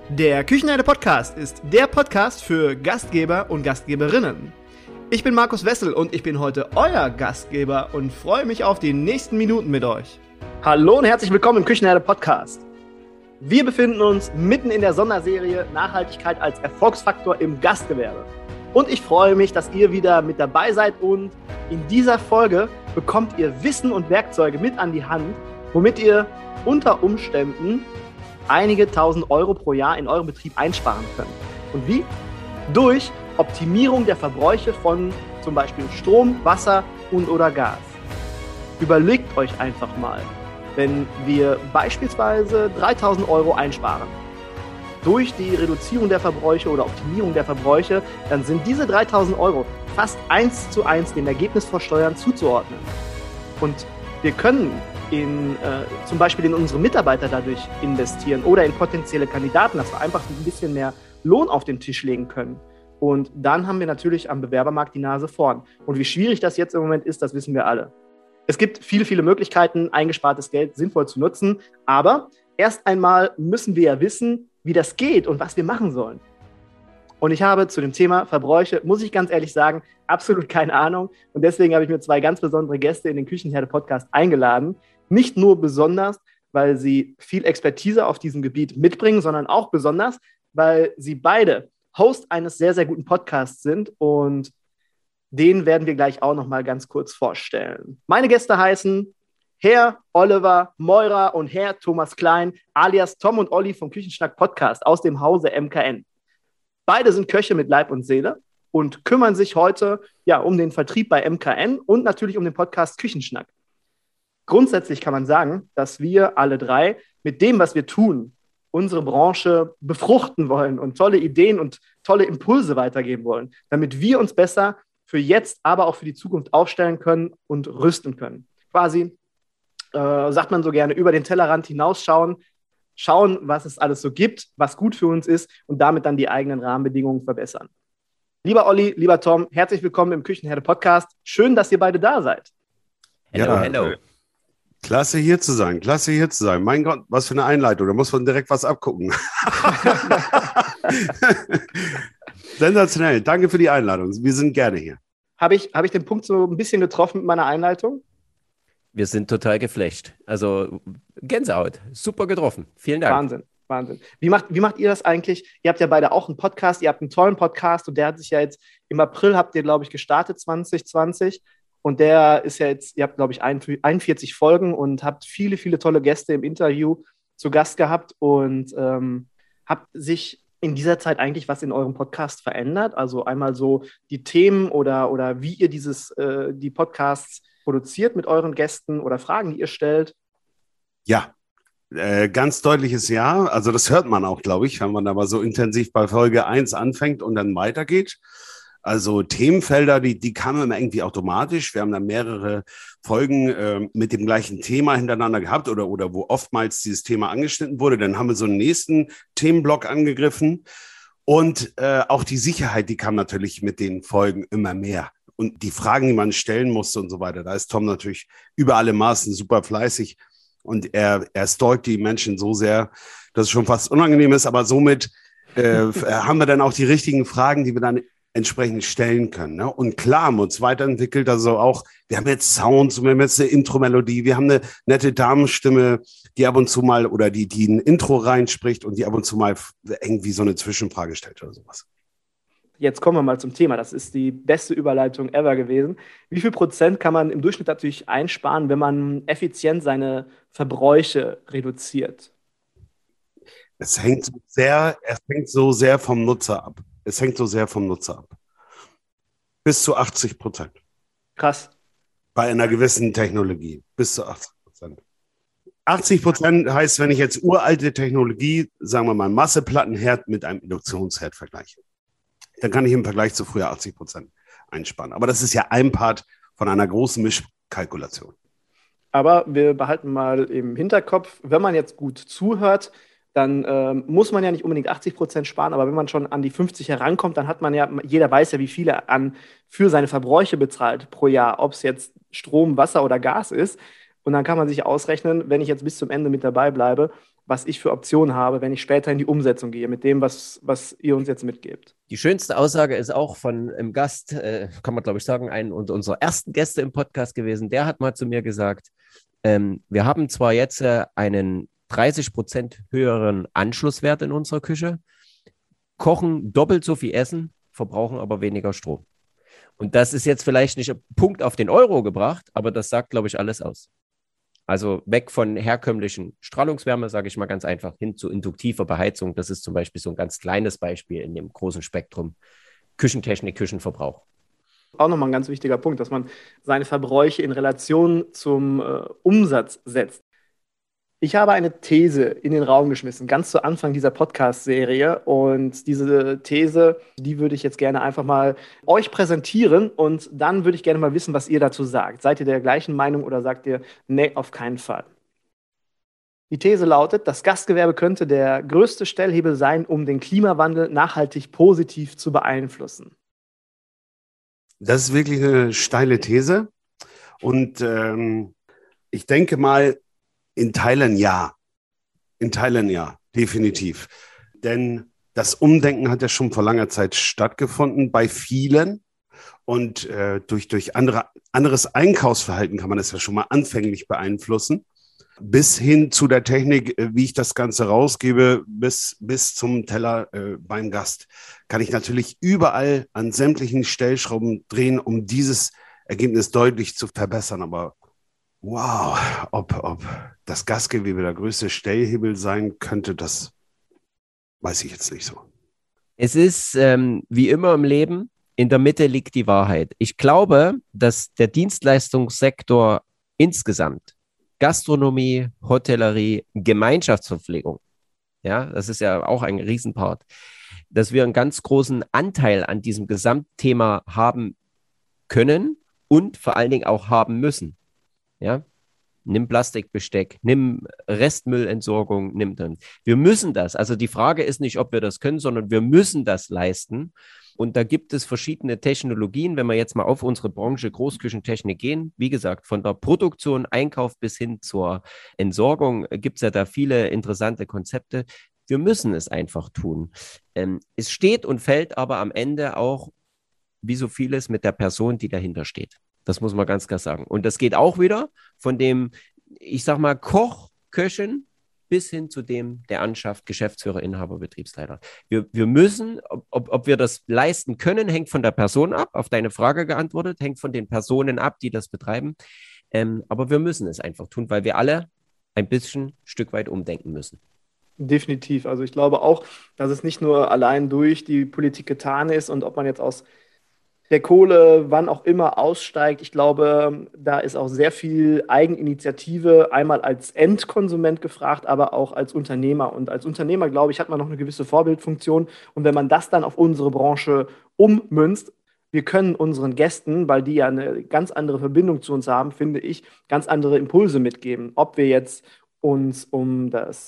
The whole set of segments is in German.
Der Küchenherde Podcast ist der Podcast für Gastgeber und Gastgeberinnen. Ich bin Markus Wessel und ich bin heute euer Gastgeber und freue mich auf die nächsten Minuten mit euch. Hallo und herzlich willkommen im Küchenherde Podcast. Wir befinden uns mitten in der Sonderserie Nachhaltigkeit als Erfolgsfaktor im Gastgewerbe. Und ich freue mich, dass ihr wieder mit dabei seid und in dieser Folge bekommt ihr Wissen und Werkzeuge mit an die Hand, womit ihr unter Umständen einige tausend Euro pro Jahr in eurem Betrieb einsparen könnt. Und wie? Durch Optimierung der Verbräuche von zum Beispiel Strom, Wasser und oder Gas. Überlegt euch einfach mal, wenn wir beispielsweise 3.000 Euro einsparen, durch die Reduzierung der Verbräuche oder Optimierung der Verbräuche, dann sind diese 3.000 Euro fast 1:1 dem Ergebnis vor Steuern zuzuordnen. Und wir können zum Beispiel in unsere Mitarbeiter dadurch investieren oder in potenzielle Kandidaten, dass wir einfach ein bisschen mehr Lohn auf den Tisch legen können. Und dann haben wir natürlich am Bewerbermarkt die Nase vorn. Und wie schwierig das jetzt im Moment ist, das wissen wir alle. Es gibt viele, viele Möglichkeiten, eingespartes Geld sinnvoll zu nutzen. Aber erst einmal müssen wir ja wissen, wie das geht und was wir machen sollen. Und ich habe zu dem Thema Verbräuche, muss ich ganz ehrlich sagen, absolut keine Ahnung. Und deswegen habe ich mir zwei ganz besondere Gäste in den Küchenherde-Podcast eingeladen. Nicht nur besonders, weil sie viel Expertise auf diesem Gebiet mitbringen, sondern auch besonders, weil sie beide Host eines sehr, sehr guten Podcasts sind. Und den werden wir gleich auch noch mal ganz kurz vorstellen. Meine Gäste heißen Herr Oliver Meurer und Herr Thomas Klein, alias Tom und Olli vom Küchenschnack Podcast aus dem Hause MKN. Beide sind Köche mit Leib und Seele und kümmern sich heute um den Vertrieb bei MKN und natürlich um den Podcast Küchenschnack. Grundsätzlich kann man sagen, dass wir alle drei mit dem, was wir tun, unsere Branche befruchten wollen und tolle Ideen und tolle Impulse weitergeben wollen, damit wir uns besser für jetzt, aber auch für die Zukunft aufstellen können und rüsten können. Quasi, sagt man so gerne, über den Tellerrand hinausschauen, schauen, was es alles so gibt, was gut für uns ist und damit dann die eigenen Rahmenbedingungen verbessern. Lieber Olli, lieber Tom, herzlich willkommen im Küchenherde Podcast. Schön, dass ihr beide da seid. Hello. Klasse hier zu sein, klasse hier zu sein. Mein Gott, was für eine Einleitung, da muss man direkt was abgucken. Sensationell, danke für die Einladung, wir sind gerne hier. Habe ich den Punkt so ein bisschen getroffen mit meiner Einleitung? Wir sind total geflasht, also Gänsehaut, super getroffen, vielen Dank. Wahnsinn. Wie macht ihr das eigentlich? Ihr habt ja beide auch einen Podcast, ihr habt einen tollen Podcast und der hat sich ja jetzt, im April habt ihr, glaube ich, gestartet, 2020. Und der ist ja jetzt, ihr habt, glaube ich, 41 Folgen und habt viele, viele tolle Gäste im Interview zu Gast gehabt und habt sich in dieser Zeit eigentlich was in eurem Podcast verändert? Also einmal so die Themen oder wie ihr die Podcasts produziert mit euren Gästen oder Fragen, die ihr stellt? Ja, ganz deutliches Ja. Also das hört man auch, glaube ich, wenn man aber so intensiv bei Folge 1 anfängt und dann weitergeht. Also Themenfelder, die kamen immer irgendwie automatisch. Wir haben dann mehrere Folgen mit dem gleichen Thema hintereinander gehabt oder wo oftmals dieses Thema angeschnitten wurde. Dann haben wir so einen nächsten Themenblock angegriffen. Und auch die Sicherheit, die kam natürlich mit den Folgen immer mehr. Und die Fragen, die man stellen musste und so weiter, da ist Tom natürlich über alle Maßen super fleißig. Und er stalkt die Menschen so sehr, dass es schon fast unangenehm ist. Aber somit haben wir dann auch die richtigen Fragen, die wir dann entsprechend stellen können. Ne? Und klar, haben wir uns weiterentwickelt, also auch, wir haben jetzt Sounds, wir haben jetzt eine Intro-Melodie, wir haben eine nette Damenstimme, die ab und zu mal, oder die ein Intro reinspricht und die ab und zu mal irgendwie so eine Zwischenfrage stellt oder sowas. Jetzt kommen wir mal zum Thema. Das ist die beste Überleitung ever gewesen. Wie viel Prozent kann man im Durchschnitt natürlich einsparen, wenn man effizient seine Verbräuche reduziert? Es hängt so sehr vom Nutzer ab. Bis zu 80%. Krass. Bei einer gewissen Technologie. Bis zu 80%. 80% heißt, wenn ich jetzt uralte Technologie, sagen wir mal Masseplattenherd mit einem Induktionsherd vergleiche, dann kann ich im Vergleich zu früher 80% einsparen. Aber das ist ja ein Part von einer großen Mischkalkulation. Aber wir behalten mal im Hinterkopf, wenn man jetzt gut zuhört, dann muss man ja nicht unbedingt 80% sparen, aber wenn man schon an die 50 herankommt, dann hat man ja, jeder weiß ja, wie viel er für seine Verbräuche bezahlt pro Jahr, ob es jetzt Strom, Wasser oder Gas ist. Und dann kann man sich ausrechnen, wenn ich jetzt bis zum Ende mit dabei bleibe, was ich für Optionen habe, wenn ich später in die Umsetzung gehe, mit dem, was ihr uns jetzt mitgebt. Die schönste Aussage ist auch von einem Gast, kann man glaube ich sagen, einen unserer ersten Gäste im Podcast gewesen. Der hat mal zu mir gesagt, wir haben zwar jetzt einen 30% höheren Anschlusswert in unserer Küche, kochen doppelt so viel Essen, verbrauchen aber weniger Strom. Und das ist jetzt vielleicht nicht ein Punkt auf den Euro gebracht, aber das sagt, glaube ich, alles aus. Also weg von herkömmlichen Strahlungswärme, sage ich mal ganz einfach, hin zu induktiver Beheizung. Das ist zum Beispiel so ein ganz kleines Beispiel in dem großen Spektrum Küchentechnik, Küchenverbrauch. Auch nochmal ein ganz wichtiger Punkt, dass man seine Verbräuche in Relation zum Umsatz setzt. Ich habe eine These in den Raum geschmissen, ganz zu Anfang dieser Podcast-Serie. Und diese These, die würde ich jetzt gerne einfach mal euch präsentieren. Und dann würde ich gerne mal wissen, was ihr dazu sagt. Seid ihr der gleichen Meinung oder sagt ihr, nee, auf keinen Fall? Die These lautet, das Gastgewerbe könnte der größte Stellhebel sein, um den Klimawandel nachhaltig positiv zu beeinflussen. Das ist wirklich eine steile These. Und ich denke mal, in Teilen ja. In Teilen ja, definitiv. Denn das Umdenken hat ja schon vor langer Zeit stattgefunden bei vielen. Und durch anderes Einkaufsverhalten kann man das ja schon mal anfänglich beeinflussen. Bis hin zu der Technik, wie ich das Ganze rausgebe, bis zum Teller beim Gast, kann ich natürlich überall an sämtlichen Stellschrauben drehen, um dieses Ergebnis deutlich zu verbessern. Aber wow, ob das Gastgewebe der größte Stellhebel sein könnte, das weiß ich jetzt nicht so. Es ist wie immer im Leben, in der Mitte liegt die Wahrheit. Ich glaube, dass der Dienstleistungssektor insgesamt, Gastronomie, Hotellerie, Gemeinschaftsverpflegung, ja, das ist ja auch ein Riesenpart, dass wir einen ganz großen Anteil an diesem Gesamtthema haben können und vor allen Dingen auch haben müssen. Ja, nimm Plastikbesteck, nimm Restmüllentsorgung, nimm dann. Wir müssen das. Also die Frage ist nicht, ob wir das können, sondern wir müssen das leisten. Und da gibt es verschiedene Technologien, wenn wir jetzt mal auf unsere Branche Großküchentechnik gehen. Wie gesagt, von der Produktion, Einkauf bis hin zur Entsorgung gibt es ja da viele interessante Konzepte. Wir müssen es einfach tun. Es steht und fällt aber am Ende auch, wie so vieles, mit der Person, die dahinter steht. Das muss man ganz klar sagen. Und das geht auch wieder von dem, ich sag mal, Koch, Köchin bis hin zu dem, der anschafft, Geschäftsführer, Inhaber, Betriebsleiter. Wir müssen, ob wir das leisten können, hängt von der Person ab. Auf deine Frage geantwortet, hängt von den Personen ab, die das betreiben. Aber wir müssen es einfach tun, weil wir alle ein bisschen Stück weit umdenken müssen. Definitiv. Also ich glaube auch, dass es nicht nur allein durch die Politik getan ist und ob man jetzt aus der Kohle, wann auch immer, aussteigt. Ich glaube, da ist auch sehr viel Eigeninitiative, einmal als Endkonsument gefragt, aber auch als Unternehmer. Und als Unternehmer, glaube ich, hat man noch eine gewisse Vorbildfunktion. Und wenn man das dann auf unsere Branche ummünzt, wir können unseren Gästen, weil die ja eine ganz andere Verbindung zu uns haben, finde ich, ganz andere Impulse mitgeben. Ob wir jetzt uns um das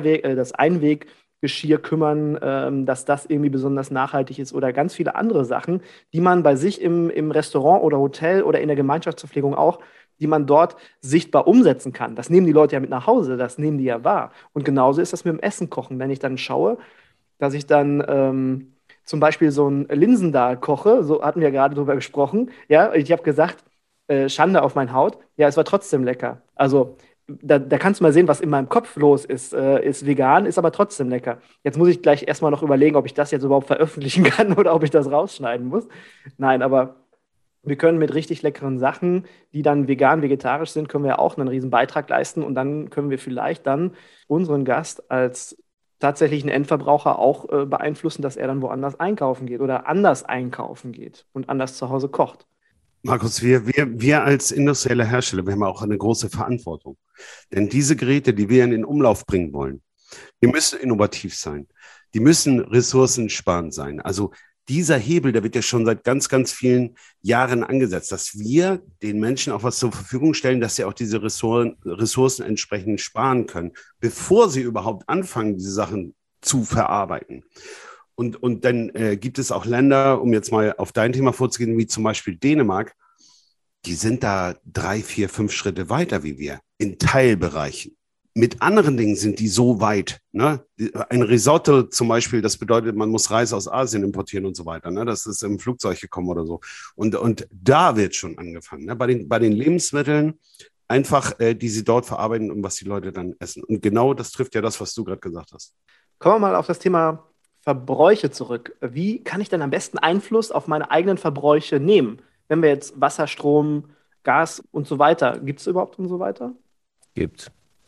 Einweggeschirr kümmern, dass das irgendwie besonders nachhaltig ist oder ganz viele andere Sachen, die man bei sich im Restaurant oder Hotel oder in der Gemeinschaftsverpflegung auch, die man dort sichtbar umsetzen kann. Das nehmen die Leute ja mit nach Hause, das nehmen die ja wahr. Und genauso ist das mit dem Essen kochen. Wenn ich dann schaue, dass ich dann zum Beispiel so ein Linsendahl koche, so hatten wir gerade drüber gesprochen, ja, ich habe gesagt, Schande auf mein Haut, ja, es war trotzdem lecker. Also da kannst du mal sehen, was in meinem Kopf los ist. Ist vegan, ist aber trotzdem lecker. Jetzt muss ich gleich erstmal noch überlegen, ob ich das jetzt überhaupt veröffentlichen kann oder ob ich das rausschneiden muss. Nein, aber wir können mit richtig leckeren Sachen, die dann vegan, vegetarisch sind, können wir auch einen riesen Beitrag leisten und dann können wir vielleicht dann unseren Gast als tatsächlichen Endverbraucher auch beeinflussen, dass er dann woanders einkaufen geht oder anders einkaufen geht und anders zu Hause kocht. Markus, wir als industrielle Hersteller, wir haben auch eine große Verantwortung. Denn diese Geräte, die wir in den Umlauf bringen wollen, die müssen innovativ sein. Die müssen ressourcensparend sein. Also dieser Hebel, der wird ja schon seit ganz, ganz vielen Jahren angesetzt, dass wir den Menschen auch was zur Verfügung stellen, dass sie auch diese Ressourcen entsprechend sparen können, bevor sie überhaupt anfangen, diese Sachen zu verarbeiten. Und dann gibt es auch Länder, um jetzt mal auf dein Thema vorzugehen, wie zum Beispiel Dänemark, die sind da 3, 4, 5 Schritte weiter wie wir in Teilbereichen. mit anderen Dingen sind die so weit. Ne? Ein Risotto zum Beispiel, das bedeutet, man muss Reis aus Asien importieren und so weiter. Ne? Das ist im Flugzeug gekommen oder so. Und da wird schon angefangen. Ne? Bei den Lebensmitteln einfach, die sie dort verarbeiten und was die Leute dann essen. Und genau das trifft ja das, was du gerade gesagt hast. Kommen wir mal auf das Thema Verbräuche zurück. Wie kann ich denn am besten Einfluss auf meine eigenen Verbräuche nehmen? Wenn wir jetzt Wasser, Strom, Gas und so weiter, gibt es überhaupt und so weiter? Gibt's.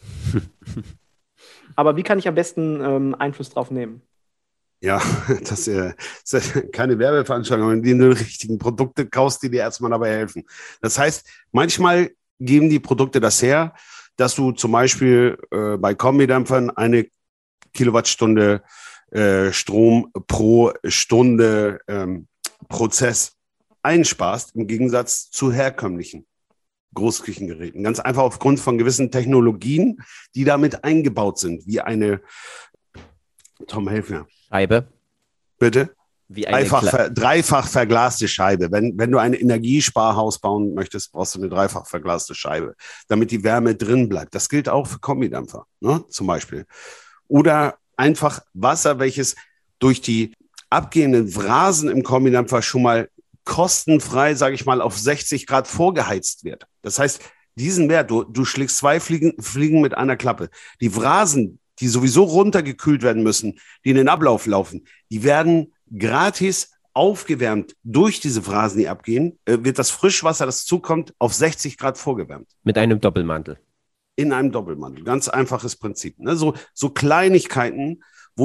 Aber wie kann ich am besten Einfluss drauf nehmen? Ja, das ist keine Werbeveranstaltung, indem du die richtigen Produkte kaufst, die dir erstmal dabei helfen. Das heißt, manchmal geben die Produkte das her, dass du zum Beispiel bei Kombidämpfern eine Kilowattstunde Strom pro Stunde Prozess einsparst, im Gegensatz zu herkömmlichen Großküchengeräten. Ganz einfach aufgrund von gewissen Technologien, die damit eingebaut sind, wie eine, Tom, helf mir. Scheibe. Bitte? Wie eine dreifach verglaste Scheibe. Wenn du ein Energiesparhaus bauen möchtest, brauchst du eine dreifach verglaste Scheibe, damit die Wärme drin bleibt. Das gilt auch für Kombidämpfer, ne, zum Beispiel. Oder einfach Wasser, welches durch die abgehenden Phrasen im Kombidämpfer schon mal kostenfrei, sage ich mal, auf 60 Grad vorgeheizt wird. Das heißt, diesen Wert, du schlägst zwei Fliegen mit einer Klappe. Die Phrasen, die sowieso runtergekühlt werden müssen, die in den Ablauf laufen, die werden gratis aufgewärmt durch diese Phrasen, die abgehen, wird das Frischwasser, das zukommt, auf 60 Grad vorgewärmt. Mit einem Doppelmantel. In einem Doppelmantel. Ganz einfaches Prinzip. Ne? So Kleinigkeiten,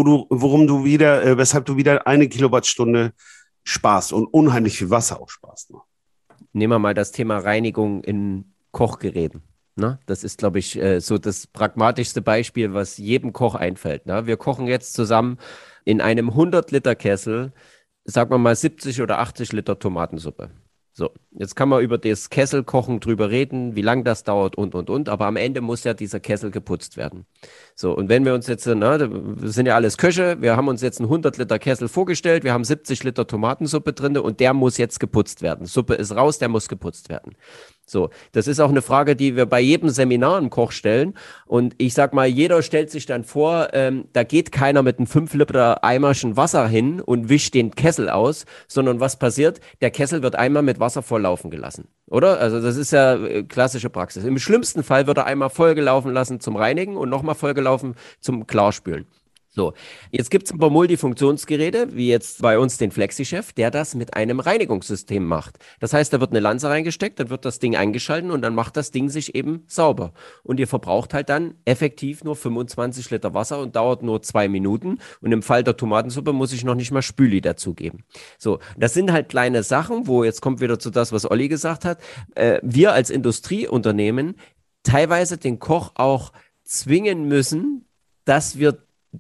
weshalb du wieder eine Kilowattstunde sparst und unheimlich viel Wasser auch sparst. Ne? Nehmen wir mal das Thema Reinigung in Kochgeräten. Ne? Das ist, glaube ich, so das pragmatischste Beispiel, was jedem Koch einfällt. Ne? Wir kochen jetzt zusammen in einem 100-Liter-Kessel, sagen wir mal 70 oder 80 Liter Tomatensuppe. So, jetzt kann man über das Kesselkochen drüber reden, wie lange das dauert und. Aber am Ende muss ja dieser Kessel geputzt werden. So, und wenn wir uns jetzt, wir sind ja alles Köche, wir haben uns jetzt einen 100-Liter-Kessel vorgestellt, wir haben 70 Liter Tomatensuppe drin und der muss jetzt geputzt werden. Suppe ist raus, der muss geputzt werden. So, das ist auch eine Frage, die wir bei jedem Seminar im Koch stellen. Und ich sag mal, jeder stellt sich dann vor, da geht keiner mit einem 5-Liter Eimerchen Wasser hin und wischt den Kessel aus, sondern was passiert? Der Kessel wird einmal mit Wasser volllaufen gelassen, oder? Also das ist ja klassische Praxis. Im schlimmsten Fall wird er einmal vollgelaufen lassen zum Reinigen und nochmal vollgelaufen zum Klarspülen. So, jetzt gibt es ein paar Multifunktionsgeräte, wie jetzt bei uns den FlexiChef, der das mit einem Reinigungssystem macht. Das heißt, da wird eine Lanze reingesteckt, dann wird das Ding eingeschalten und dann macht das Ding sich eben sauber. Und ihr verbraucht halt dann effektiv nur 25 Liter Wasser und dauert nur 2 Minuten. Und im Fall der Tomatensuppe muss ich noch nicht mal Spüli dazugeben. So, das sind halt kleine Sachen, wo jetzt kommt wieder zu das, was Olli gesagt hat. Wir als Industrieunternehmen teilweise den Koch auch zwingen müssen, dass wir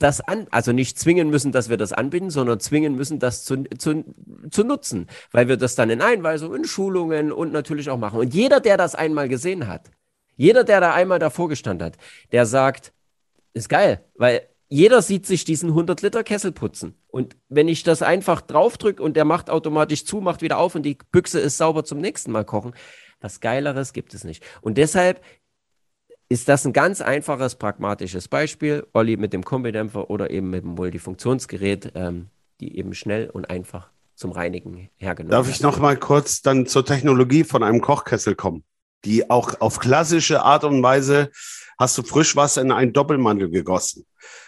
also nicht zwingen müssen, dass wir das anbieten, sondern zwingen müssen, das zu nutzen, weil wir das dann in Einweisungen, in Schulungen und natürlich auch machen. Und jeder, der das einmal gesehen hat, jeder, der da einmal davor gestanden hat, der sagt, ist geil, weil jeder sieht sich diesen 100-Liter-Kessel putzen. Und wenn ich das einfach draufdrücke und der macht automatisch zu, macht wieder auf und die Büchse ist sauber zum nächsten Mal kochen, was Geileres gibt es nicht. Und deshalb ist das ein ganz einfaches, pragmatisches Beispiel, Olli mit dem Kombidämpfer oder eben mit dem Multifunktionsgerät, die eben schnell und einfach zum Reinigen hergenommen werden. Darf ich noch mal kurz dann zur Technologie von einem Kochkessel kommen, die auch auf klassische Art und Weise, hast du Frischwasser in einen Doppelmantel gegossen.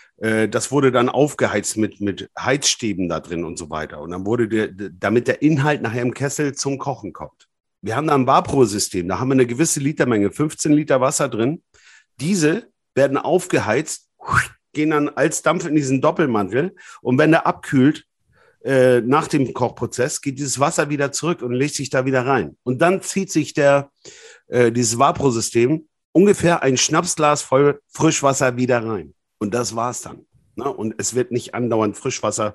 Das wurde dann aufgeheizt mit Heizstäben da drin und so weiter. Und dann damit der Inhalt nachher im Kessel zum Kochen kommt. Wir haben da ein Vaporosystem, da haben wir eine gewisse Litermenge, 15 Liter Wasser drin. Diese werden aufgeheizt, gehen dann als Dampf in diesen Doppelmantel und wenn der abkühlt nach dem Kochprozess, geht dieses Wasser wieder zurück und legt sich da wieder rein. Und dann zieht sich dieses Vaporosystem ungefähr ein Schnapsglas voll Frischwasser wieder rein. Und das war's dann. Ne? Und es wird nicht andauernd Frischwasser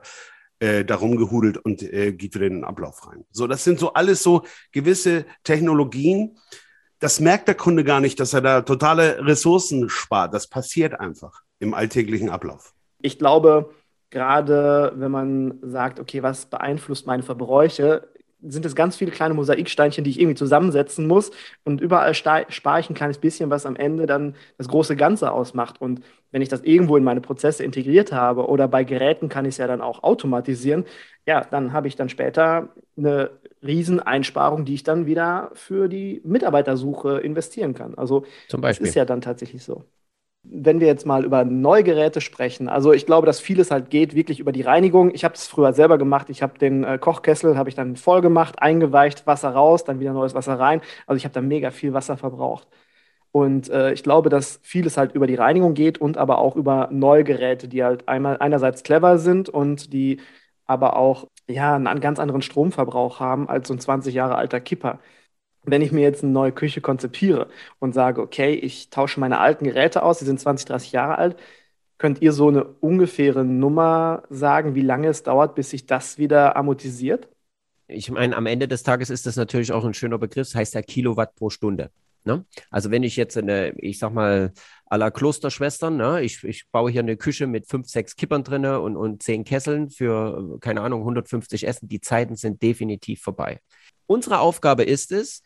darum gehudelt und geht wieder in den Ablauf rein. So, das sind so alles so gewisse Technologien. Das merkt der Kunde gar nicht, dass er da totale Ressourcen spart. Das passiert einfach im alltäglichen Ablauf. Ich glaube, gerade wenn man sagt, okay, was beeinflusst meine Verbräuche, sind es ganz viele kleine Mosaiksteinchen, die ich irgendwie zusammensetzen muss. Und überall spare ich ein kleines bisschen, was am Ende dann das große Ganze ausmacht. Und wenn ich das irgendwo in meine Prozesse integriert habe oder bei Geräten kann ich es ja dann auch automatisieren, ja, dann habe ich dann später eine Rieseneinsparung, die ich dann wieder für die Mitarbeitersuche investieren kann. Also Zum das ist Beispiel. ja dann tatsächlich so. Wenn wir jetzt mal über neue Geräte sprechen, also ich glaube, dass vieles halt geht wirklich über die Reinigung. Ich habe es früher selber gemacht. Ich habe den Kochkessel, habe ich dann voll gemacht, eingeweicht, Wasser raus, dann wieder neues Wasser rein. Also ich habe da mega viel Wasser verbraucht. Und ich glaube, dass vieles halt über die Reinigung geht und aber auch über neue Geräte, die halt einmal einerseits clever sind und die aber auch ja einen ganz anderen Stromverbrauch haben als so ein 20 Jahre alter Kipper. Wenn ich mir jetzt eine neue Küche konzipiere und sage, okay, ich tausche meine alten Geräte aus, die sind 20, 30 Jahre alt, könnt ihr so eine ungefähre Nummer sagen, wie lange es dauert, bis sich das wieder amortisiert? Ich meine, am Ende des Tages ist das natürlich auch ein schöner Begriff, das heißt ja Kilowatt pro Stunde. Ne? Also wenn ich jetzt ich sag mal, à la Klosterschwestern, ne? Ich baue hier eine Küche mit 5, 6 Kippern drin und 10 Kesseln für, keine Ahnung, 150 Essen, die Zeiten sind definitiv vorbei. Unsere Aufgabe ist es,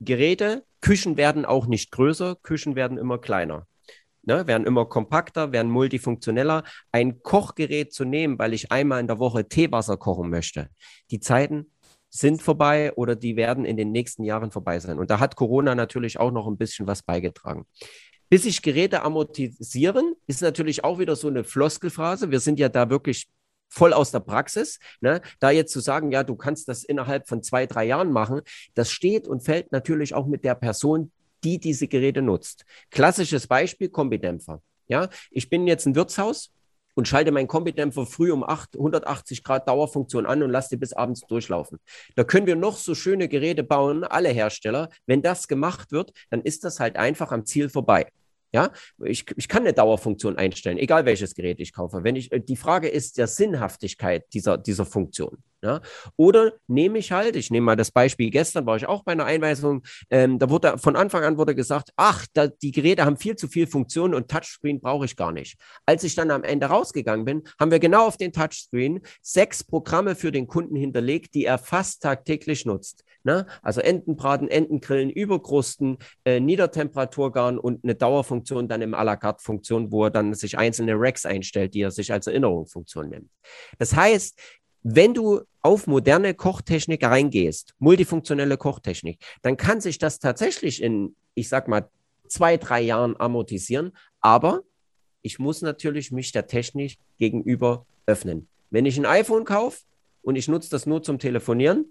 Küchen werden auch nicht größer, Küchen werden immer kleiner. Ne, werden immer kompakter, werden multifunktioneller. Ein Kochgerät zu nehmen, weil ich einmal in der Woche Teewasser kochen möchte, die Zeiten sind vorbei oder die werden in den nächsten Jahren vorbei sein. Und da hat Corona natürlich auch noch ein bisschen was beigetragen. Bis sich Geräte amortisieren, ist natürlich auch wieder so eine Floskelphrase. Wir sind ja da wirklich voll aus der Praxis. Ne? Da jetzt zu sagen, ja, du kannst das innerhalb von 2, 3 Jahren machen, das steht und fällt natürlich auch mit der Person, die diese Geräte nutzt. Klassisches Beispiel, Kombidämpfer. Ja, ich bin jetzt ein Wirtshaus und schalte meinen Kombidämpfer früh um 180 Grad Dauerfunktion an und lasse die bis abends durchlaufen. Da können wir noch so schöne Geräte bauen, alle Hersteller. Wenn das gemacht wird, dann ist das halt einfach am Ziel vorbei. Ja, ich kann eine Dauerfunktion einstellen, egal welches Gerät ich kaufe. Die Frage ist der Sinnhaftigkeit dieser Funktion. Ja? Oder ich nehme mal das Beispiel, gestern war ich auch bei einer Einweisung, da wurde von Anfang an gesagt, die Geräte haben viel zu viel Funktionen und Touchscreen brauche ich gar nicht. Als ich dann am Ende rausgegangen bin, haben wir genau auf den Touchscreen 6 Programme für den Kunden hinterlegt, die er fast tagtäglich nutzt. Ne? Also Entenbraten, Entengrillen, Überkrusten, Niedertemperaturgaren und eine Dauerfunktion dann im à la carte Funktion, wo er dann sich einzelne Racks einstellt, die er sich als Erinnerungsfunktion nimmt. Das heißt, wenn du auf moderne Kochtechnik reingehst, multifunktionelle Kochtechnik, dann kann sich das tatsächlich in, ich sag mal, 2, 3 Jahren amortisieren, aber ich muss natürlich mich der Technik gegenüber öffnen. Wenn ich ein iPhone kaufe und ich nutze das nur zum Telefonieren,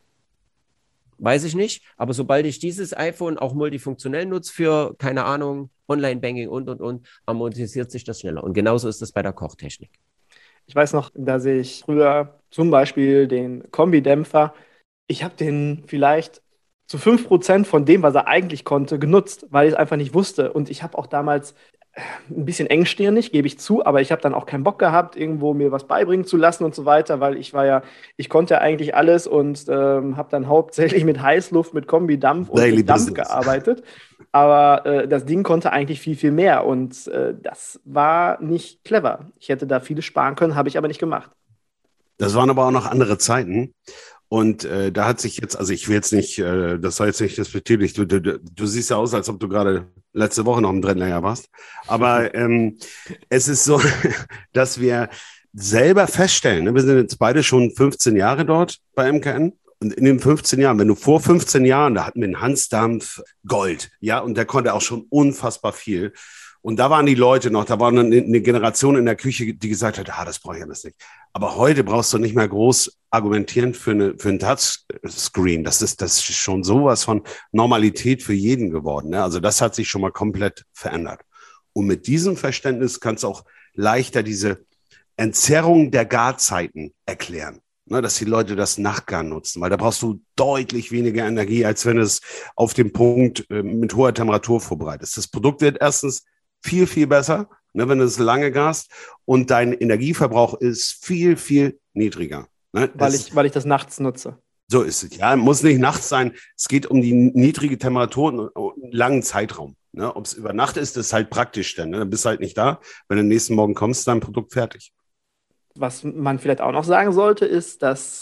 weiß ich nicht, aber sobald ich dieses iPhone auch multifunktionell nutze für, keine Ahnung, Online-Banking und, amortisiert sich das schneller. Und genauso ist es bei der Kochtechnik. Ich weiß noch, dass ich früher zum Beispiel den Kombidämpfer, ich habe den vielleicht zu 5% von dem, was er eigentlich konnte, genutzt, weil ich es einfach nicht wusste. Und ich habe auch damals ein bisschen engstirnig, gebe ich zu, aber ich habe dann auch keinen Bock gehabt, irgendwo mir was beibringen zu lassen und so weiter, weil ich konnte ja eigentlich alles und habe dann hauptsächlich mit Heißluft, mit Kombidampf und Daily mit Dampf Business gearbeitet. Aber das Ding konnte eigentlich viel, viel mehr und das war nicht clever. Ich hätte da vieles sparen können, habe ich aber nicht gemacht. Das waren aber auch noch andere Zeiten. Und da hat sich jetzt, also ich will jetzt nicht, das soll jetzt nicht despektierlich, du siehst ja aus, als ob du gerade letzte Woche noch im Drettlänger warst. Aber es ist so, dass wir selber feststellen, ne, wir sind jetzt beide schon 15 Jahre dort bei MKN. Und in den 15 Jahren, wenn du vor 15 Jahren, da hatten wir einen Hansdampf Gold, ja, und der konnte auch schon unfassbar viel. Und da waren die Leute noch, da war eine Generation in der Küche, die gesagt hat, das brauche ich alles nicht. Aber heute brauchst du nicht mehr groß argumentieren für ein Touchscreen. Das ist schon sowas von Normalität für jeden geworden. Ne? Also das hat sich schon mal komplett verändert. Und mit diesem Verständnis kannst du auch leichter diese Entzerrung der Garzeiten erklären. Ne, dass die Leute das Nachtgaren nutzen, weil da brauchst du deutlich weniger Energie, als wenn es auf dem Punkt mit hoher Temperatur vorbereitet. Das Produkt wird erstens viel, viel besser, ne, wenn du es lange garst, und dein Energieverbrauch ist viel, viel niedriger. Ne? Weil ich das nachts nutze. So ist es. Ja, muss nicht nachts sein. Es geht um die niedrige Temperatur und einen langen Zeitraum. Ne? Ob es über Nacht ist, ist halt praktisch dann. Ne? Dann bist du halt nicht da. Wenn du am nächsten Morgen kommst, ist dein Produkt fertig. Was man vielleicht auch noch sagen sollte, ist, dass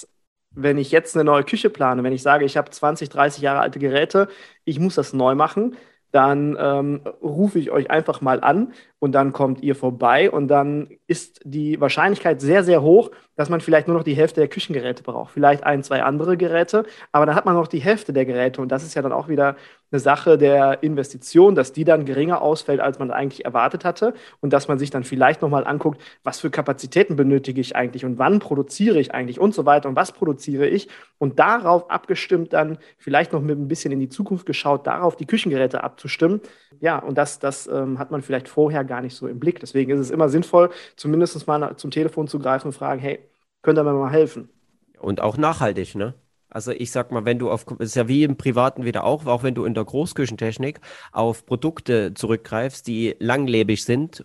Wenn ich jetzt eine neue Küche plane, wenn ich sage, ich habe 20, 30 Jahre alte Geräte, ich muss das neu machen, dann rufe ich euch einfach mal an und dann kommt ihr vorbei und dann ist die Wahrscheinlichkeit sehr, sehr hoch, dass man vielleicht nur noch die Hälfte der Küchengeräte braucht. Vielleicht ein, zwei andere Geräte, aber dann hat man noch die Hälfte der Geräte und das ist ja dann auch wieder eine Sache der Investition, dass die dann geringer ausfällt, als man eigentlich erwartet hatte und dass man sich dann vielleicht nochmal anguckt, was für Kapazitäten benötige ich eigentlich und wann produziere ich eigentlich und so weiter und was produziere ich und darauf abgestimmt dann vielleicht noch mit ein bisschen in die Zukunft geschaut, darauf die Küchengeräte abzustimmen. Ja, und das hat man vielleicht vorher gar nicht so im Blick. Deswegen ist es immer sinnvoll, zumindest mal zum Telefon zu greifen und fragen, hey, könnt ihr mir mal helfen? Und auch nachhaltig, ne? Also ich sag mal, wenn du ist ja wie im Privaten wieder auch wenn du in der Großküchentechnik auf Produkte zurückgreifst, die langlebig sind,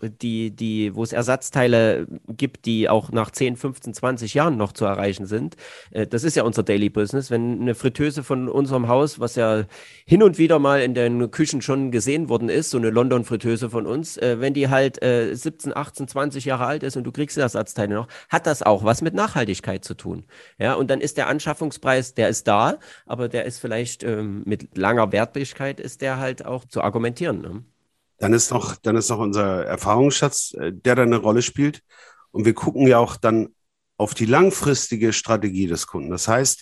wo es Ersatzteile gibt, die auch nach 10, 15, 20 Jahren noch zu erreichen sind. Das ist ja unser Daily Business. Wenn eine Fritteuse von unserem Haus, was ja hin und wieder mal in den Küchen schon gesehen worden ist, so eine London-Fritteuse von uns, wenn die halt 17, 18, 20 Jahre alt ist und du kriegst Ersatzteile noch, hat das auch was mit Nachhaltigkeit zu tun. Ja, und dann ist der Anschaffungspreis, der ist da, aber der ist vielleicht mit langer Wertbildlichkeit ist der halt auch zu argumentieren. Ne? Dann ist noch unser Erfahrungsschatz, der da eine Rolle spielt. Und wir gucken ja auch dann auf die langfristige Strategie des Kunden. Das heißt,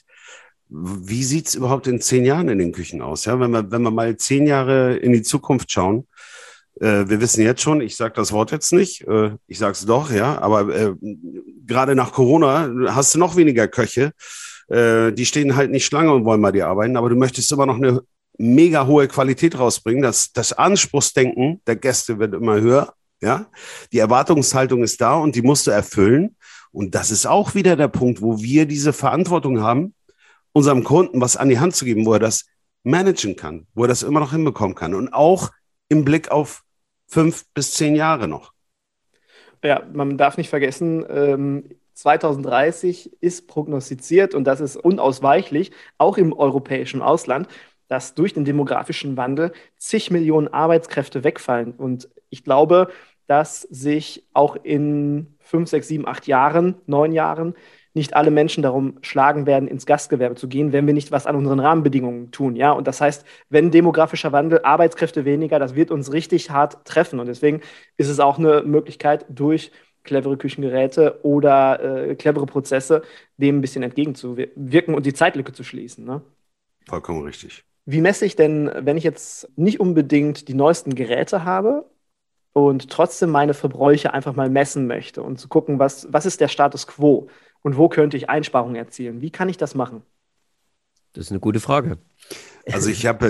wie sieht es überhaupt in 10 Jahren in den Küchen aus? Ja, wenn wir mal 10 Jahre in die Zukunft schauen, wir wissen jetzt schon, ich sage das Wort jetzt nicht, ich sage es doch, ja, aber gerade nach Corona hast du noch weniger Köche. Die stehen halt nicht Schlange und wollen bei dir arbeiten, aber du möchtest immer noch eine mega hohe Qualität rausbringen. Das Anspruchsdenken der Gäste wird immer höher. Ja, die Erwartungshaltung ist da und die musst du erfüllen. Und das ist auch wieder der Punkt, wo wir diese Verantwortung haben, unserem Kunden was an die Hand zu geben, wo er das managen kann, wo er das immer noch hinbekommen kann. Und auch im Blick auf 5 bis 10 Jahre noch. Ja, man darf nicht vergessen, 2030 ist prognostiziert und das ist unausweichlich, auch im europäischen Ausland, dass durch den demografischen Wandel zig Millionen Arbeitskräfte wegfallen. Und ich glaube, dass sich auch in 5, 6, 7, 8 Jahren, 9 Jahren nicht alle Menschen darum schlagen werden, ins Gastgewerbe zu gehen, wenn wir nicht was an unseren Rahmenbedingungen tun. Ja? Und das heißt, wenn demografischer Wandel, Arbeitskräfte weniger, das wird uns richtig hart treffen. Und deswegen ist es auch eine Möglichkeit, durch clevere Küchengeräte oder clevere Prozesse dem ein bisschen entgegenzuwirken und die Zeitlücke zu schließen. Ne? Vollkommen richtig. Wie messe ich denn, wenn ich jetzt nicht unbedingt die neuesten Geräte habe und trotzdem meine Verbräuche einfach mal messen möchte und zu gucken, was ist der Status quo und wo könnte ich Einsparungen erzielen? Wie kann ich das machen? Das ist eine gute Frage. Also ich habe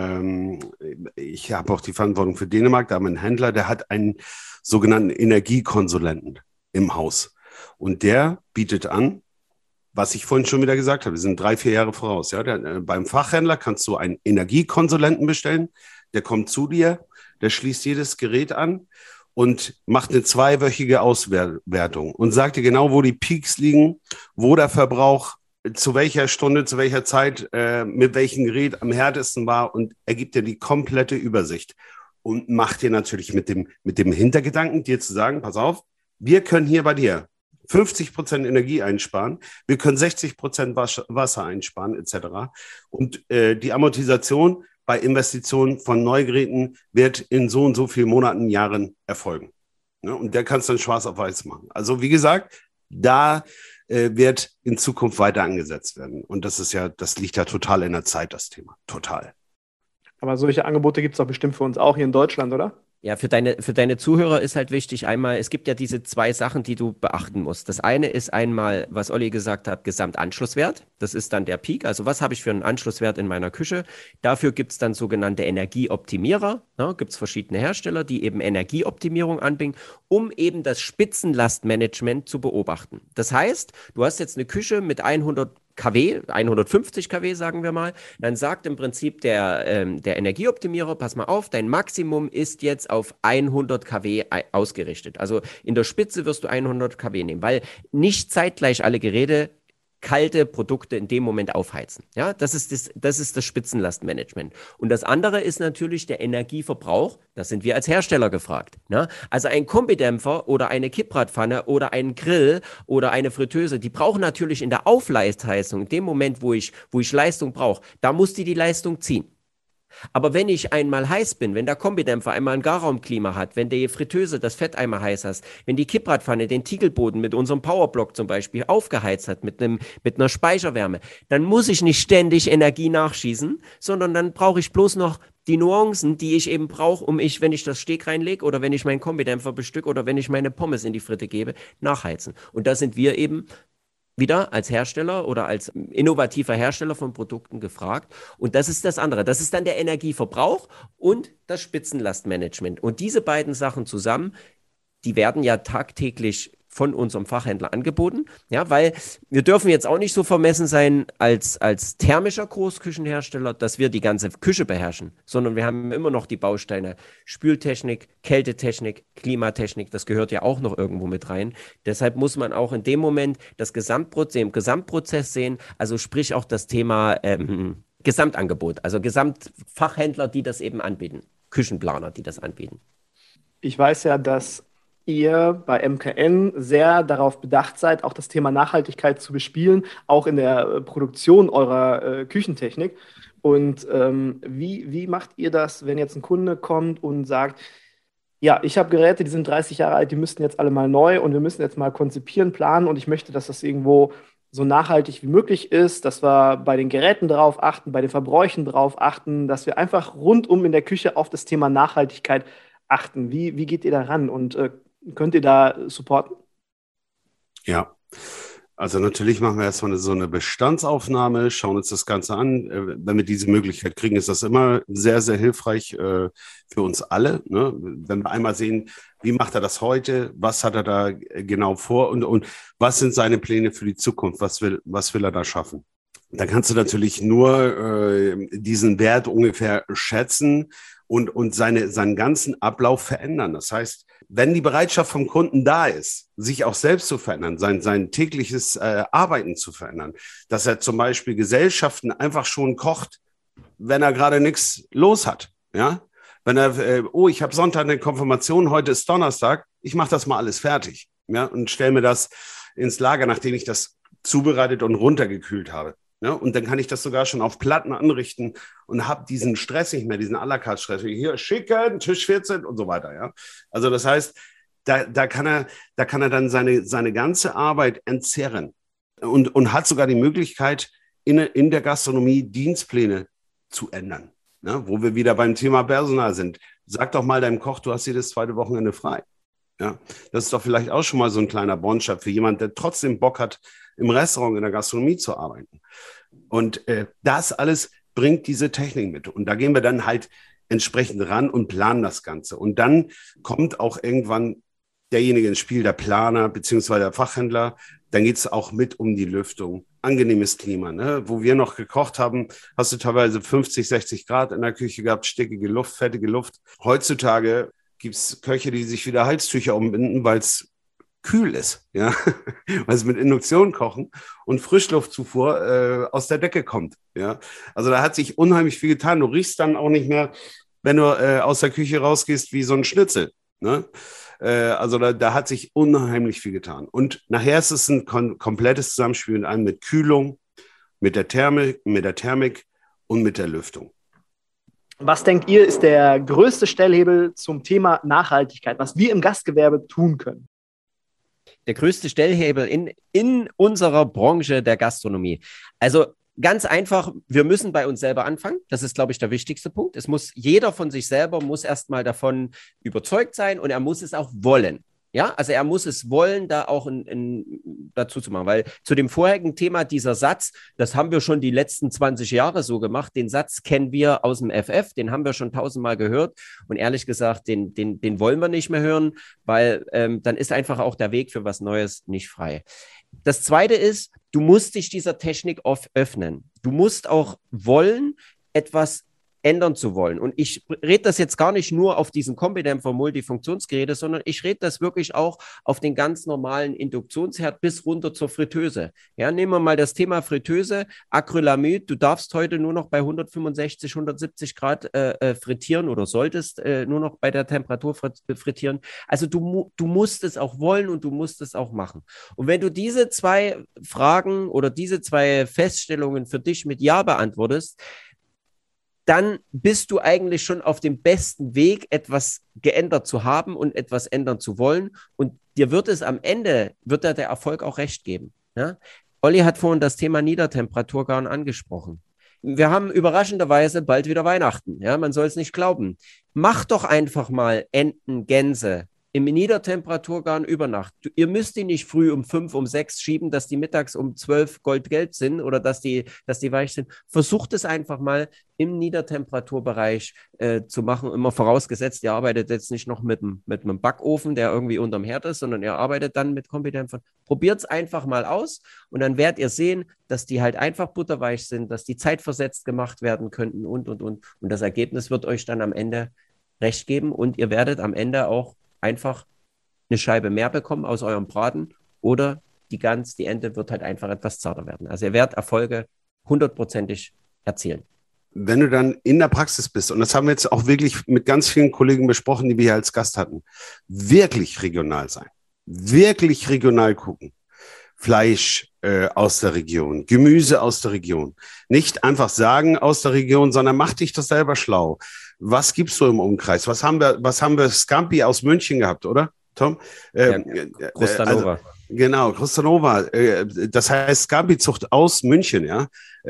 auch die Verantwortung für Dänemark, da haben wir einen Händler, der hat einen sogenannten Energiekonsulenten im Haus. Und der bietet an, was ich vorhin schon wieder gesagt habe, wir sind 3, 4 Jahre voraus. Ja? Beim Fachhändler kannst du einen Energiekonsulenten bestellen, der kommt zu dir, der schließt jedes Gerät an und macht eine 2-wöchige Auswertung und sagt dir genau, wo die Peaks liegen, wo der Verbrauch zu welcher Stunde, zu welcher Zeit, mit welchem Gerät am härtesten war und er gibt dir die komplette Übersicht und macht dir natürlich mit dem Hintergedanken, dir zu sagen, pass auf, wir können hier bei dir 50% Energie einsparen, wir können 60% Wasser einsparen, etc. Und die Amortisation bei Investitionen von Neugeräten wird in so und so vielen Monaten, Jahren erfolgen. Ne? Und der kann es dann schwarz auf weiß machen. Also wie gesagt, da wird in Zukunft weiter angesetzt werden. Und das liegt ja total in der Zeit, das Thema. Total. Aber solche Angebote gibt es doch bestimmt für uns auch hier in Deutschland, oder? Ja, für deine Zuhörer ist halt wichtig, einmal, es gibt ja diese 2 Sachen, die du beachten musst. Das eine ist einmal, was Olli gesagt hat, Gesamtanschlusswert. Das ist dann der Peak. Also was habe ich für einen Anschlusswert in meiner Küche? Dafür gibt es dann sogenannte Energieoptimierer. Ja, gibt es verschiedene Hersteller, die eben Energieoptimierung anbieten, um eben das Spitzenlastmanagement zu beobachten. Das heißt, du hast jetzt eine Küche mit 100 kW, 150 kW sagen wir mal, dann sagt im Prinzip der Energieoptimierer, pass mal auf, dein Maximum ist jetzt auf 100 kW ausgerichtet. Also in der Spitze wirst du 100 kW nehmen, weil nicht zeitgleich alle Geräte kalte Produkte in dem Moment aufheizen. Ja, das ist das Spitzenlastmanagement. Und das andere ist natürlich der Energieverbrauch. Da sind wir als Hersteller gefragt. Ne? Also ein Kombidämpfer oder eine Kippradpfanne oder ein Grill oder eine Fritteuse, die brauchen natürlich in der Aufleistheizung, in dem Moment, wo ich Leistung brauche, da muss die Leistung ziehen. Aber wenn ich einmal heiß bin, wenn der Kombidämpfer einmal ein Garraumklima hat, wenn die Fritteuse das Fett einmal heiß hast, wenn die Kippradpfanne den Tiegelboden mit unserem Powerblock zum Beispiel aufgeheizt hat, mit einer Speicherwärme, dann muss ich nicht ständig Energie nachschießen, sondern dann brauche ich bloß noch die Nuancen, die ich eben brauche, wenn ich das Steak reinlege oder wenn ich meinen Kombidämpfer bestücke oder wenn ich meine Pommes in die Fritte gebe, nachheizen. Und da sind wir eben wieder als Hersteller oder als innovativer Hersteller von Produkten gefragt. Und das ist das andere. Das ist dann der Energieverbrauch und das Spitzenlastmanagement. Und diese beiden Sachen zusammen, die werden ja tagtäglich von unserem Fachhändler angeboten, ja, weil wir dürfen jetzt auch nicht so vermessen sein als thermischer Großküchenhersteller, dass wir die ganze Küche beherrschen, sondern wir haben immer noch die Bausteine Spültechnik, Kältetechnik, Klimatechnik, das gehört ja auch noch irgendwo mit rein. Deshalb muss man auch in dem Moment das Gesamtprozess sehen, also sprich auch das Thema Gesamtangebot, also Gesamtfachhändler, die das eben anbieten, Küchenplaner, die das anbieten. Ich weiß ja, dass ihr bei MKN sehr darauf bedacht seid, auch das Thema Nachhaltigkeit zu bespielen, auch in der Produktion eurer Küchentechnik. Und wie macht ihr das, wenn jetzt ein Kunde kommt und sagt, ja, ich habe Geräte, die sind 30 Jahre alt, die müssten jetzt alle mal neu und wir müssen jetzt mal konzipieren, planen und ich möchte, dass das irgendwo so nachhaltig wie möglich ist, dass wir bei den Geräten drauf achten, bei den Verbräuchen drauf achten, dass wir einfach rundum in der Küche auf das Thema Nachhaltigkeit achten. Wie geht ihr da ran und könnt ihr da supporten? Ja, also natürlich machen wir erstmal so eine Bestandsaufnahme, schauen uns das Ganze an. Wenn wir diese Möglichkeit kriegen, ist das immer sehr, sehr hilfreich für uns alle. Ne? Wenn wir einmal sehen, wie macht er das heute, was hat er da genau vor und was sind seine Pläne für die Zukunft, was will er da schaffen. Dann kannst du natürlich nur diesen Wert ungefähr schätzen und seinen ganzen Ablauf verändern. Das heißt, wenn die Bereitschaft vom Kunden da ist, sich auch selbst zu verändern, sein tägliches Arbeiten zu verändern, dass er zum Beispiel Gesellschaften einfach schon kocht, wenn er gerade nichts los hat, ja, wenn er, ich habe Sonntag eine Konfirmation, heute ist Donnerstag, ich mache das mal alles fertig, ja, und stelle mir das ins Lager, nachdem ich das zubereitet und runtergekühlt habe. Ja, und dann kann ich das sogar schon auf Platten anrichten und habe diesen Stress nicht mehr, diesen à la carte Stress. Hier schicken, Tisch 14 und so weiter. Ja? Also das heißt, da kann er dann seine ganze Arbeit entzerren und hat sogar die Möglichkeit, in der Gastronomie Dienstpläne zu ändern. Ne? Wo wir wieder beim Thema Personal sind. Sag doch mal deinem Koch, du hast jedes zweite Wochenende frei. Ja? Das ist doch vielleicht auch schon mal so ein kleiner Bondschab für jemanden, der trotzdem Bock hat, im Restaurant, in der Gastronomie zu arbeiten. Und das alles bringt diese Technik mit. Und da gehen wir dann halt entsprechend ran und planen das Ganze. Und dann kommt auch irgendwann derjenige ins Spiel, der Planer beziehungsweise der Fachhändler. Dann geht es auch mit um die Lüftung. Angenehmes Klima. Ne? Wo wir noch gekocht haben, hast du teilweise 50, 60 Grad in der Küche gehabt, stickige Luft, fettige Luft. Heutzutage gibt es Köche, die sich wieder Halstücher umbinden, weil es kühl ist, ja, weil sie mit Induktion kochen und Frischluftzufuhr aus der Decke kommt, ja. Also da hat sich unheimlich viel getan. Du riechst dann auch nicht mehr, wenn du aus der Küche rausgehst, wie so ein Schnitzel, ne? Also da hat sich unheimlich viel getan. Und nachher ist es ein komplettes Zusammenspiel mit Kühlung, mit der Thermik und mit der Lüftung. Was denkt ihr, ist der größte Stellhebel zum Thema Nachhaltigkeit, was wir im Gastgewerbe tun können? Der größte Stellhebel in unserer Branche der Gastronomie. Also ganz einfach, wir müssen bei uns selber anfangen. Das ist, glaube ich, der wichtigste Punkt. Jeder von sich selber muss erstmal davon überzeugt sein und er muss es auch wollen. Ja, also er muss es wollen, da auch dazu zu machen, weil zu dem vorherigen Thema dieser Satz, das haben wir schon die letzten 20 Jahre so gemacht, den Satz kennen wir aus dem FF, den haben wir schon 1000-mal gehört und ehrlich gesagt, den wollen wir nicht mehr hören, weil dann ist einfach auch der Weg für was Neues nicht frei. Das Zweite ist, du musst dich dieser Technik öffnen. Du musst auch wollen, etwas ändern zu wollen. Und ich rede das jetzt gar nicht nur auf diesen Kombidämpfer Multifunktionsgeräte, sondern ich rede das wirklich auch auf den ganz normalen Induktionsherd bis runter zur Fritteuse. Ja, nehmen wir mal das Thema Fritteuse, Acrylamid. Du darfst heute nur noch bei 165, 170 Grad frittieren oder solltest nur noch bei der Temperatur frittieren. Also du musst es auch wollen und du musst es auch machen. Und wenn du diese zwei Fragen oder diese zwei Feststellungen für dich mit Ja beantwortest, dann bist du eigentlich schon auf dem besten Weg, etwas geändert zu haben und etwas ändern zu wollen. Und dir wird es am Ende, wird dir der Erfolg auch recht geben. Ja? Olli hat vorhin das Thema Niedertemperaturgarn angesprochen. Wir haben überraschenderweise bald wieder Weihnachten. Ja? Man soll es nicht glauben. Mach doch einfach mal Enten, Gänse im Niedertemperaturgarn über Nacht. Ihr müsst die nicht früh um 5, um 6 schieben, dass die mittags um 12 goldgelb sind oder dass die weich sind. Versucht es einfach mal im Niedertemperaturbereich zu machen. Immer vorausgesetzt, ihr arbeitet jetzt nicht noch mit einem Backofen, der irgendwie unterm Herd ist, sondern ihr arbeitet dann mit Kombidämpfern. Probiert es einfach mal aus und dann werdet ihr sehen, dass die halt einfach butterweich sind, dass die zeitversetzt gemacht werden könnten und. Und das Ergebnis wird euch dann am Ende recht geben und ihr werdet am Ende auch einfach eine Scheibe mehr bekommen aus eurem Braten oder die Ente wird halt einfach etwas zarter werden. Also ihr werdet Erfolge 100%ig erzielen. Wenn du dann in der Praxis bist, und das haben wir jetzt auch wirklich mit ganz vielen Kollegen besprochen, die wir hier als Gast hatten, wirklich regional sein, wirklich regional gucken. Fleisch aus der Region, Gemüse aus der Region. Nicht einfach sagen aus der Region, sondern mach dich das selber schlau. Was gibt's so im Umkreis? Was haben wir Scampi aus München gehabt, oder, Tom? Krustanova. Genau, Krustanova. Das heißt Scampi-Zucht aus München, ja.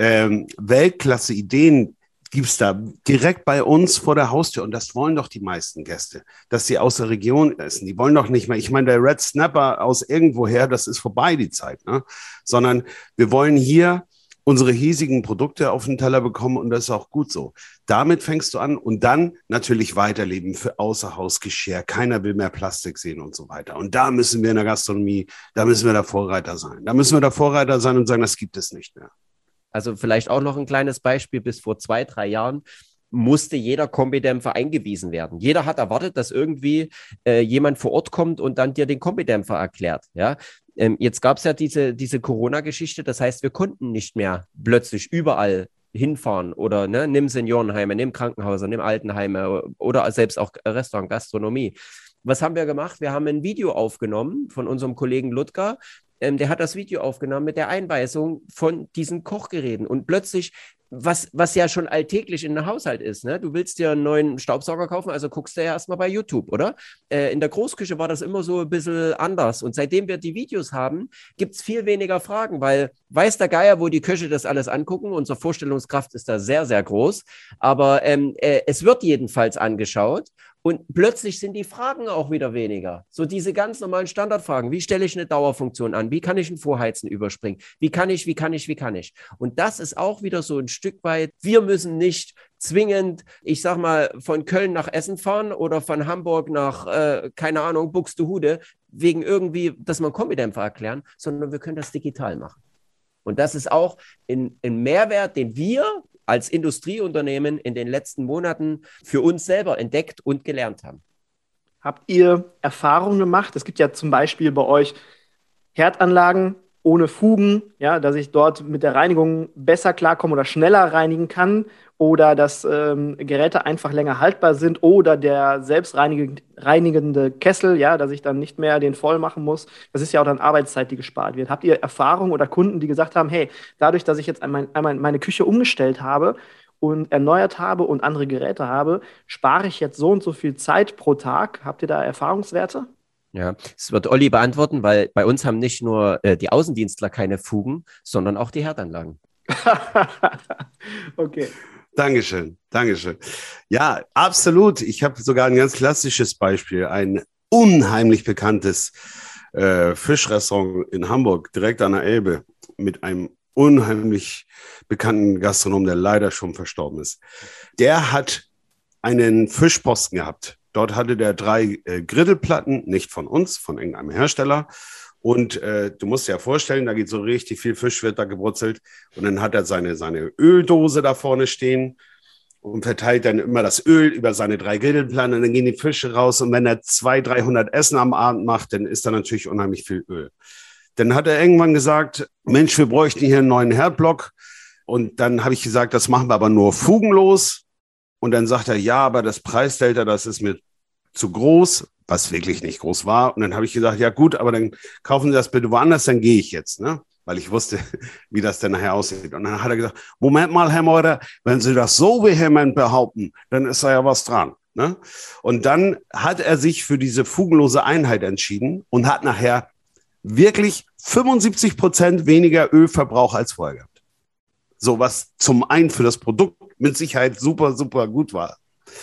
Weltklasse-Ideen gibt's da direkt bei uns vor der Haustür. Und das wollen doch die meisten Gäste, dass sie aus der Region essen. Die wollen doch nicht mehr, ich meine, der Red Snapper aus irgendwoher, das ist vorbei, die Zeit, ne? Sondern wir wollen hier unsere hiesigen Produkte auf den Teller bekommen und das ist auch gut so. Damit fängst du an und dann natürlich weiterleben für Außerhausgeschirr. Keiner will mehr Plastik sehen und so weiter. Und da müssen wir in der Gastronomie, da müssen wir der Vorreiter sein. Da müssen wir der Vorreiter sein und sagen, das gibt es nicht mehr. Also vielleicht auch noch ein kleines Beispiel. Bis vor 2, 3 Jahren musste jeder Kombidämpfer eingewiesen werden. Jeder hat erwartet, dass irgendwie jemand vor Ort kommt und dann dir den Kombidämpfer erklärt. Ja? Jetzt gab es ja diese Corona-Geschichte. Das heißt, wir konnten nicht mehr plötzlich überall hinfahren oder nimm Seniorenheime, nimm Krankenhäuser, nimm Altenheime oder selbst auch Restaurant, Gastronomie. Was haben wir gemacht? Wir haben ein Video aufgenommen von unserem Kollegen Ludger. Der hat das Video aufgenommen mit der Einweisung von diesen Kochgeräten. Und plötzlich, was ja schon alltäglich in einem Haushalt ist, ne? Du willst dir einen neuen Staubsauger kaufen, also guckst du ja erstmal bei YouTube, oder? In der Großküche war das immer so ein bisschen anders. Und seitdem wir die Videos haben, gibt es viel weniger Fragen, weil weiß der Geier, wo die Köche das alles angucken. Unsere Vorstellungskraft ist da sehr, sehr groß. Aber es wird jedenfalls angeschaut. Und plötzlich sind die Fragen auch wieder weniger. So diese ganz normalen Standardfragen. Wie stelle ich eine Dauerfunktion an? Wie kann ich ein Vorheizen überspringen? Wie kann ich? Und das ist auch wieder so ein Stück weit, wir müssen nicht zwingend, ich sag mal, von Köln nach Essen fahren oder von Hamburg nach, keine Ahnung, Buxtehude, wegen irgendwie, dass wir einen Kombidämpfer erklären, sondern wir können das digital machen. Und das ist auch ein Mehrwert, den wir als Industrieunternehmen in den letzten Monaten für uns selber entdeckt und gelernt haben. Habt ihr Erfahrungen gemacht? Es gibt ja zum Beispiel bei euch Herdanlagen ohne Fugen, ja, dass ich dort mit der Reinigung besser klarkomme oder schneller reinigen kann oder dass Geräte einfach länger haltbar sind oder der selbstreinigende Kessel, ja, dass ich dann nicht mehr den voll machen muss. Das ist ja auch dann Arbeitszeit, die gespart wird. Habt ihr Erfahrungen oder Kunden, die gesagt haben, hey, dadurch, dass ich jetzt einmal meine Küche umgestellt habe und erneuert habe und andere Geräte habe, spare ich jetzt so und so viel Zeit pro Tag? Habt ihr da Erfahrungswerte? Ja, das wird Olli beantworten, weil bei uns haben nicht nur die Außendienstler keine Fugen, sondern auch die Herdanlagen. Okay. Dankeschön. Ja, absolut. Ich habe sogar ein ganz klassisches Beispiel. Ein unheimlich bekanntes Fischrestaurant in Hamburg, direkt an der Elbe, mit einem unheimlich bekannten Gastronom, der leider schon verstorben ist. Der hat einen Fischposten gehabt. Dort hatte der 3 Grittelplatten, nicht von uns, von irgendeinem Hersteller. Und du musst dir ja vorstellen, da geht so richtig viel Fisch, wird da gebrutzelt. Und dann hat er seine Öldose da vorne stehen. und verteilt dann immer das Öl über seine 3 Grillplatten und dann gehen die Fische raus und wenn er 200, 300 Essen am Abend macht, dann ist da natürlich unheimlich viel Öl. Dann hat er irgendwann gesagt, Mensch, wir bräuchten hier einen neuen Herdblock und dann habe ich gesagt, das machen wir aber nur fugenlos und dann sagt er, ja, aber das Preisdelta, das ist mir zu groß, was wirklich nicht groß war und dann habe ich gesagt, ja gut, aber dann kaufen Sie das bitte woanders, dann gehe ich jetzt, ne? Weil ich wusste, wie das denn nachher aussieht. Und dann hat er gesagt, Moment mal, Herr Meurer, wenn Sie das so vehement behaupten, dann ist da ja was dran. Ne? Und dann hat er sich für diese fugenlose Einheit entschieden und hat nachher wirklich 75% weniger Ölverbrauch als vorher gehabt. So was zum einen für das Produkt mit Sicherheit super, super gut war.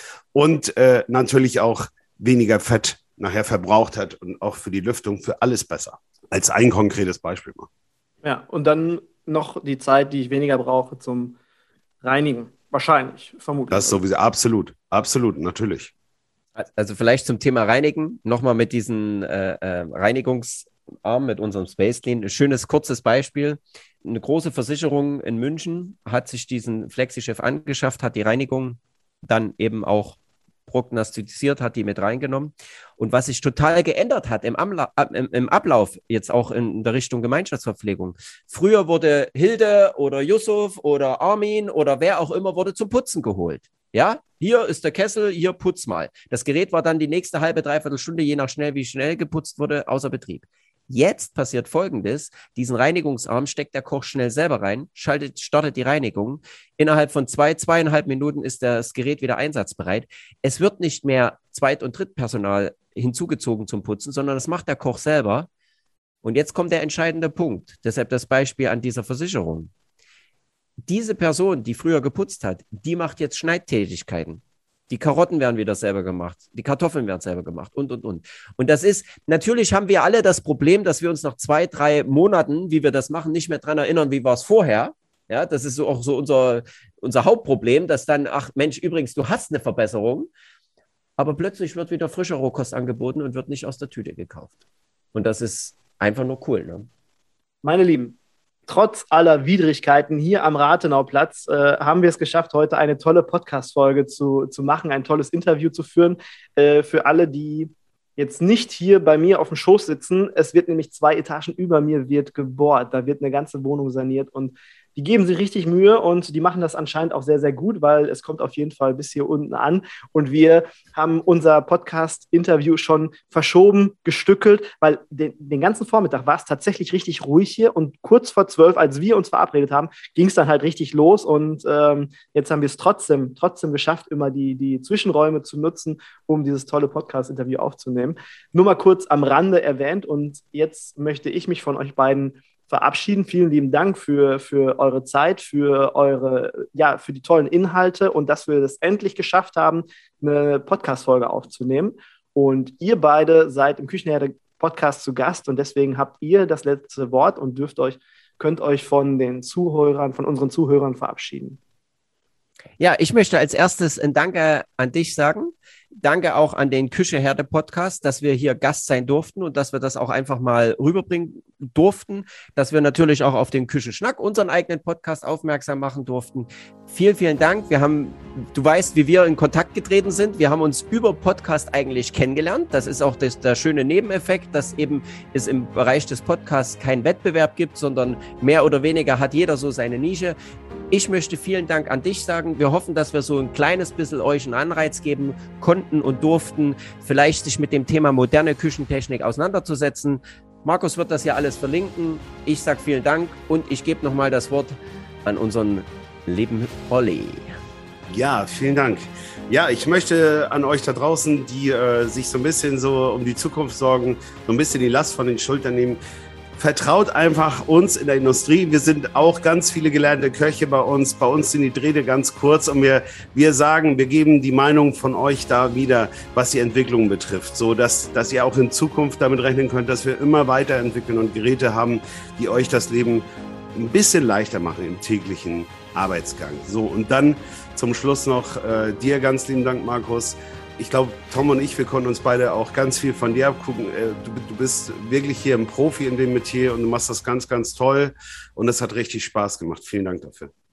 Und natürlich auch weniger Fett nachher verbraucht hat und auch für die Lüftung, für alles besser. Als ein konkretes Beispiel mal. Ja, und dann noch die Zeit, die ich weniger brauche zum Reinigen. Wahrscheinlich, vermutlich. Das ist sowieso absolut, natürlich. Also vielleicht zum Thema Reinigen, nochmal mit diesen Reinigungsarmen, mit unserem Space Clean. Ein schönes, kurzes Beispiel. Eine große Versicherung in München hat sich diesen FlexiChef angeschafft, hat die Reinigung dann eben auch prognostiziert, hat die mit reingenommen. Und was sich total geändert hat im Ablauf, jetzt auch in der Richtung Gemeinschaftsverpflegung. Früher wurde Hilde oder Yusuf oder Armin oder wer auch immer wurde zum Putzen geholt. Ja, hier ist der Kessel, hier putz mal. Das Gerät war dann die nächste halbe, dreiviertel Stunde, je nach wie schnell geputzt wurde, außer Betrieb. Jetzt passiert Folgendes, diesen Reinigungsarm steckt der Koch schnell selber rein, startet die Reinigung. Innerhalb von 2,5 Minuten ist das Gerät wieder einsatzbereit. Es wird nicht mehr Zweit- und Drittpersonal hinzugezogen zum Putzen, sondern das macht der Koch selber. Und jetzt kommt der entscheidende Punkt, deshalb das Beispiel an dieser Versicherung. Diese Person, die früher geputzt hat, die macht jetzt Schneidtätigkeiten. Die Karotten werden wieder selber gemacht, die Kartoffeln werden selber gemacht und. Und das ist, natürlich haben wir alle das Problem, dass wir uns nach 2, 3 Monaten, wie wir das machen, nicht mehr daran erinnern, wie war es vorher. Ja, das ist so auch so unser Hauptproblem, dass dann, ach Mensch, übrigens, du hast eine Verbesserung, aber plötzlich wird wieder frischer Rohkost angeboten und wird nicht aus der Tüte gekauft. Und das ist einfach nur cool, ne? Meine Lieben, trotz aller Widrigkeiten hier am Rathenauplatz haben wir es geschafft, heute eine tolle Podcast-Folge zu machen, ein tolles Interview zu führen. Für alle, die jetzt nicht hier bei mir auf dem Schoß sitzen, es wird nämlich 2 Etagen über mir wird gebohrt. Da wird eine ganze Wohnung saniert und die geben sich richtig Mühe und die machen das anscheinend auch sehr, sehr gut, weil es kommt auf jeden Fall bis hier unten an. Und wir haben unser Podcast-Interview schon verschoben, gestückelt, weil den ganzen Vormittag war es tatsächlich richtig ruhig hier und kurz vor 12, als wir uns verabredet haben, ging es dann halt richtig los und jetzt haben wir es trotzdem geschafft, immer die Zwischenräume zu nutzen, um dieses tolle Podcast-Interview aufzunehmen. Nur mal kurz am Rande erwähnt und jetzt möchte ich mich von euch beiden verabschieden. Vielen lieben Dank für eure Zeit, für die tollen Inhalte und dass wir das endlich geschafft haben, eine Podcast-Folge aufzunehmen. Und ihr beide seid im Küchenherde-Podcast zu Gast und deswegen habt ihr das letzte Wort und könnt euch von unseren Zuhörern verabschieden. Ja, ich möchte als erstes ein Danke an dich sagen. Danke auch an den Küche-Herde-Podcast, dass wir hier Gast sein durften und dass wir das auch einfach mal rüberbringen durften, dass wir natürlich auch auf den Küchenschnack, unseren eigenen Podcast, aufmerksam machen durften. Vielen, vielen Dank. Du weißt, wie wir in Kontakt getreten sind. Wir haben uns über Podcast eigentlich kennengelernt. Das ist auch der schöne Nebeneffekt, dass eben es im Bereich des Podcasts keinen Wettbewerb gibt, sondern mehr oder weniger hat jeder so seine Nische. Ich möchte vielen Dank an dich sagen. Wir hoffen, dass wir so ein kleines bisschen euch einen Anreiz geben konnten und durften, vielleicht sich mit dem Thema moderne Küchentechnik auseinanderzusetzen. Markus wird das ja alles verlinken. Ich sage vielen Dank und ich gebe nochmal das Wort an unseren lieben Olli. Ja, vielen Dank. Ja, ich möchte an euch da draußen, die sich so ein bisschen so um die Zukunft sorgen, so ein bisschen die Last von den Schultern nehmen. Vertraut einfach uns in der Industrie. Wir sind auch ganz viele gelernte Köche bei uns. Bei uns sind die Drähte ganz kurz und wir sagen, wir geben die Meinung von euch da wieder, was die Entwicklung betrifft, so dass ihr auch in Zukunft damit rechnen könnt, dass wir immer weiterentwickeln und Geräte haben, die euch das Leben ein bisschen leichter machen im täglichen Arbeitsgang. So, und dann zum Schluss noch dir ganz lieben Dank, Markus. Ich glaube, Tom und ich, wir konnten uns beide auch ganz viel von dir abgucken. Du bist wirklich hier ein Profi in dem Metier und du machst das ganz, ganz toll. Und es hat richtig Spaß gemacht. Vielen Dank dafür.